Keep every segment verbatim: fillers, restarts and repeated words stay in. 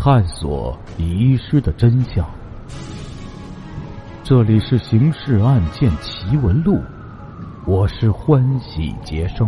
探索遗失的真相。这里是刑事案件奇闻录，我是欢喜杰生。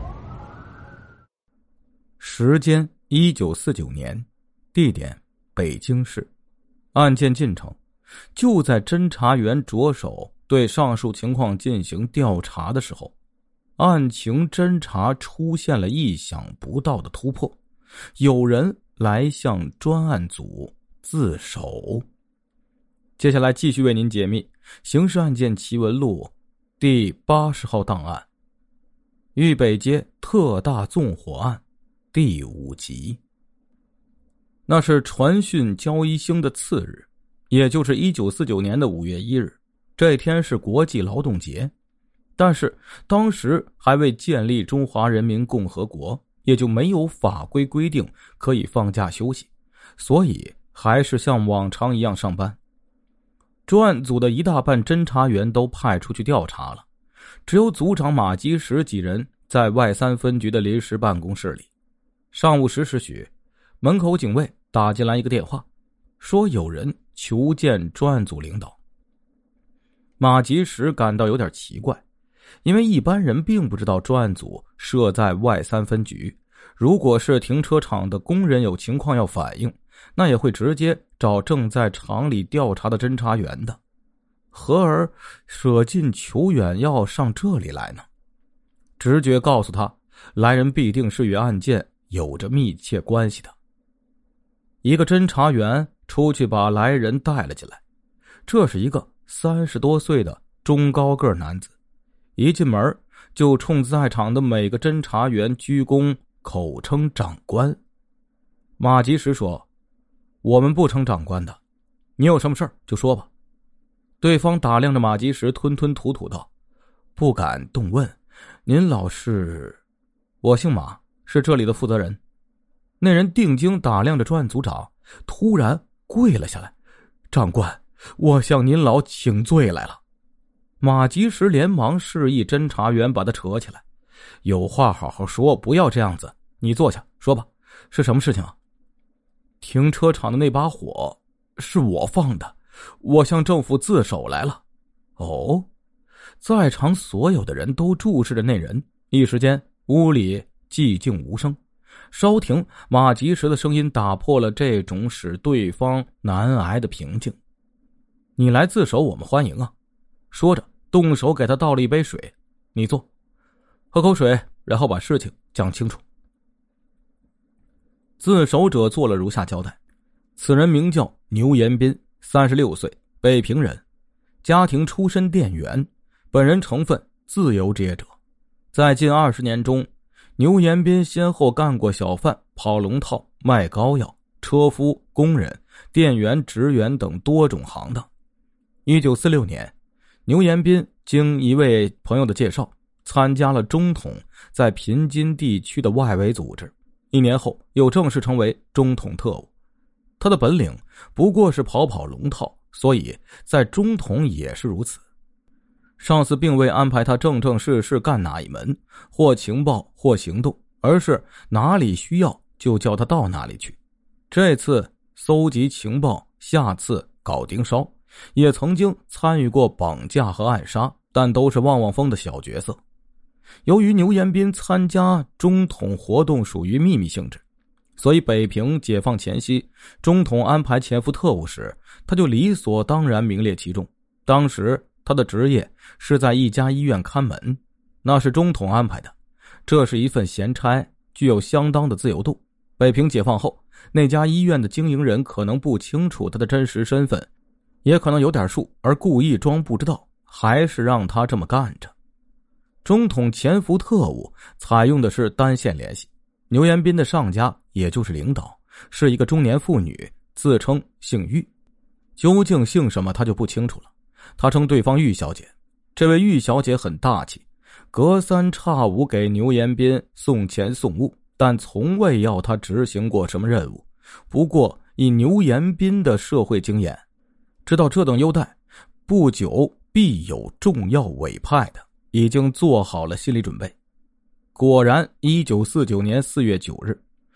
时间一九四九年，地点北京市。案件进程就在侦查员着手对上述情况进行调查的时候，案情侦查出现了意想不到的突破，有人来向专案组自首。接下来继续为您解密刑事案件奇闻录第八十号档案，豫北街特大纵火案第五集。那是传讯交一星的次日，也就是一九四九年的五月一日，这天是国际劳动节，但是当时还未建立中华人民共和国，也就没有法规规定可以放假休息，所以还是像往常一样上班。专案组的一大半侦查员都派出去调查了，只有组长马基石几人在外三分局的临时办公室里。上午十时许，门口警卫打进来一个电话，说有人求见专案组领导。马基石感到有点奇怪，因为一般人并不知道专案组设在外三分局，如果是停车场的工人有情况要反映，那也会直接找正在厂里调查的侦查员的，何而舍近求远要上这里来呢？直觉告诉他，来人必定是与案件有着密切关系的。一个侦查员出去把来人带了进来，这是一个三十多岁的中高个男子，一进门就冲在场的每个侦查员鞠躬，口称长官。马吉石说，我们不称长官的，你有什么事儿就说吧。对方打量着马吉石，吞吞吐吐道，不敢动问，您老是？我姓马，是这里的负责人。那人定睛打量着专案组长，突然跪了下来，长官，我向您老请罪来了。马吉石连忙示意侦查员把他扯起来，有话好好说，不要这样子，你坐下说吧，是什么事情啊？停车场的那把火是我放的，我向政府自首来了。哦，在场所有的人都注视着那人，一时间屋里寂静无声。稍停，马吉石的声音打破了这种使对方难挨的平静。你来自首，我们欢迎啊。说着动手给他倒了一杯水，你坐，喝口水，然后把事情讲清楚。自首者做了如下交代，此人名叫牛延斌，三十六岁，北平人，家庭出身店员，本人成分自由职业者。在近二十年中，牛延斌先后干过小贩、跑龙套、卖膏药、车夫、工人、店员、职员等多种行当。一九四六年，牛延斌经一位朋友的介绍，参加了中统在平津地区的外围组织，一年后又正式成为中统特务。他的本领不过是跑跑龙套，所以在中统也是如此。上司并未安排他正正式式干哪一门，或情报或行动，而是哪里需要就叫他到哪里去。这次搜集情报，下次搞盯梢，也曾经参与过绑架和暗杀，但都是望望风的小角色。由于牛延斌参加中统活动属于秘密性质，所以北平解放前夕，中统安排潜伏特务时，他就理所当然名列其中。当时他的职业是在一家医院看门，那是中统安排的，这是一份闲差，具有相当的自由度。北平解放后，那家医院的经营人可能不清楚他的真实身份，也可能有点数，而故意装不知道，还是让他这么干着。中统潜伏特务采用的是单线联系，牛延斌的上家也就是领导是一个中年妇女，自称姓玉，究竟姓什么他就不清楚了，他称对方玉小姐。这位玉小姐很大气，隔三差五给牛延斌送钱送物，但从未要他执行过什么任务。不过以牛延斌的社会经验，知道这等优待不久必有重要委派的，已经做好了心理准备。果然一九四九年四月九日，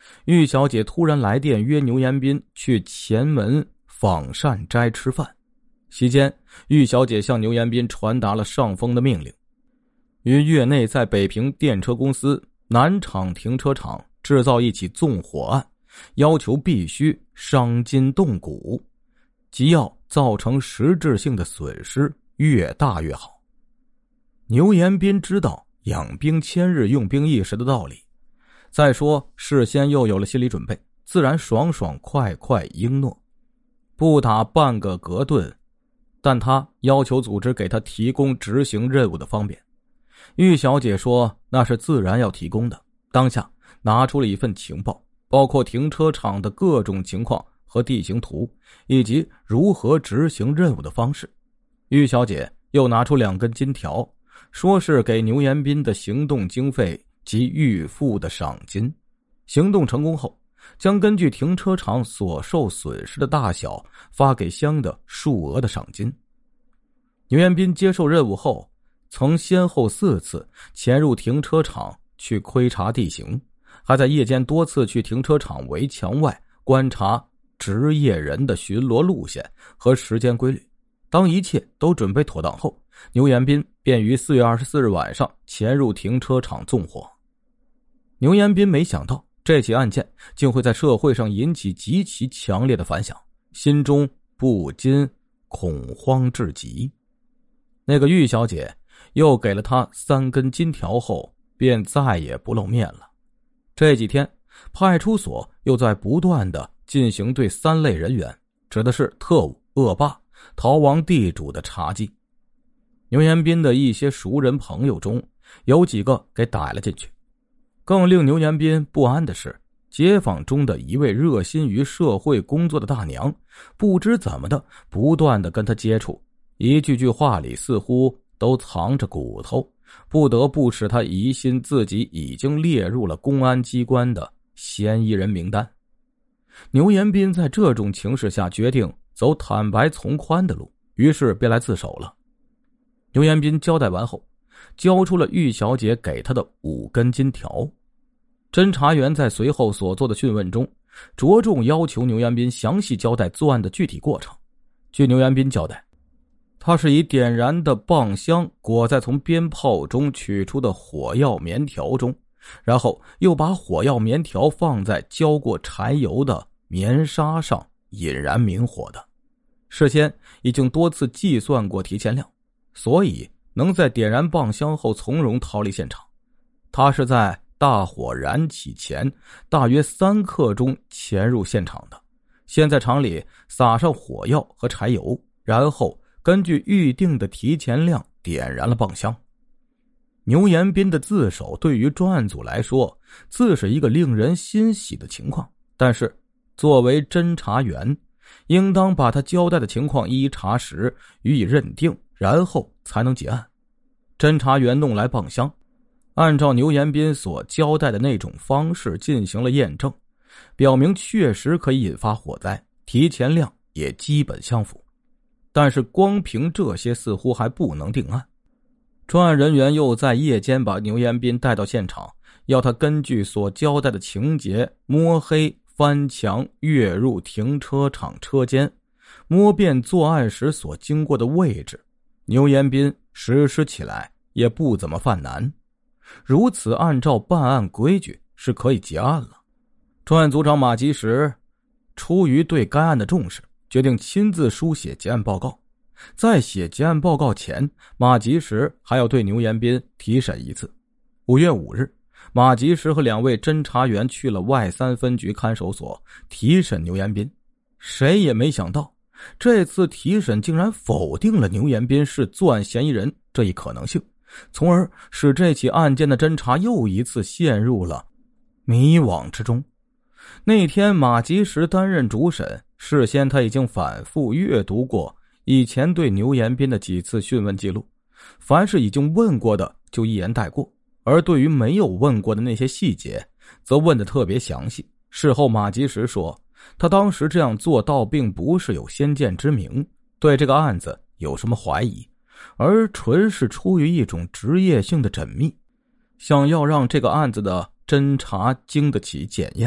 玉小姐突然来电约牛延斌去前门仿膳斋吃饭。席间，玉小姐向牛延斌传达了上峰的命令，于月内在北平电车公司南厂停车场制造一起纵火案，要求必须伤筋动骨，即要造成实质性的损失，越大越好。牛延斌知道养兵千日用兵一时的道理，再说事先又有了心理准备，自然爽爽快快应诺，不打半个格顿，但他要求组织给他提供执行任务的方便。玉小姐说那是自然要提供的，当下拿出了一份情报，包括停车场的各种情况和地形图，以及如何执行任务的方式。玉小姐又拿出两根金条，说是给牛延斌的行动经费及预付的赏金。行动成功后，将根据停车场所受损失的大小发给相的数额的赏金。牛延斌接受任务后，曾先后四次潜入停车场去窥察地形，还在夜间多次去停车场围墙外观察值夜人的巡逻路线和时间规律。当一切都准备妥当后，牛延斌便于四月二十四日晚上潜入停车场纵火。牛延斌没想到这起案件竟会在社会上引起极其强烈的反响，心中不禁恐慌至极。那个玉小姐又给了他三根金条后，便再也不露面了。这几天，派出所又在不断地进行对三类人员，指的是特务、恶霸、逃亡地主的查缉。牛延斌的一些熟人朋友中，有几个给逮了进去。更令牛延斌不安的是，街坊中的一位热心于社会工作的大娘，不知怎么的不断地跟他接触，一句句话里似乎都藏着骨头，不得不使他疑心自己已经列入了公安机关的嫌疑人名单。牛延斌在这种情势下决定走坦白从宽的路，于是便来自首了。牛延斌交代完后，交出了玉小姐给他的五根金条。侦查员在随后所做的讯问中，着重要求牛延斌详细交代作案的具体过程。据牛延斌交代，他是以点燃的棒香裹在从鞭炮中取出的火药棉条中，然后又把火药棉条放在浇过柴油的棉纱上引燃明火的。事先已经多次计算过提前量，所以能在点燃棒香后从容逃离现场。他是在大火燃起前大约三刻钟潜入现场的，先在场里撒上火药和柴油，然后根据预定的提前量点燃了棒香。牛延斌的自首对于专案组来说自是一个令人欣喜的情况，但是作为侦查员，应当把他交代的情况一一查实，予以认定，然后才能结案。侦查员弄来棒香，按照牛延斌所交代的那种方式进行了验证，表明确实可以引发火灾，提前量也基本相符。但是光凭这些似乎还不能定案。专案人员又在夜间把牛延斌带到现场，要他根据所交代的情节摸黑翻墙跃入停车场车间，摸遍作案时所经过的位置。牛延斌实施起来也不怎么犯难，如此按照办案规矩是可以结案了。专案组长马吉时出于对该案的重视，决定亲自书写结案报告。在写结案报告前，马吉时还要对牛延斌提审一次。五月五日，马吉时和两位侦查员去了外三分局看守所提审牛延斌。谁也没想到，这次提审竟然否定了牛延斌是作案嫌疑人这一可能性，从而使这起案件的侦查又一次陷入了迷惘之中。那天马吉时担任主审，事先他已经反复阅读过以前对牛延斌的几次讯问记录，凡是已经问过的就一言带过，而对于没有问过的那些细节则问得特别详细。事后马吉时说，他当时这样做倒并不是有先见之明，对这个案子有什么怀疑，而纯是出于一种职业性的缜密，想要让这个案子的侦查经得起检验，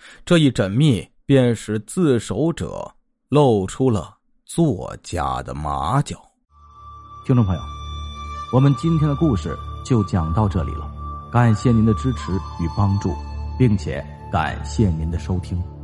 这一缜密便使自首者露出了作假的马脚。 听众朋友，我们今天的故事就讲到这里了，感谢您的支持与帮助，并且感谢您的收听。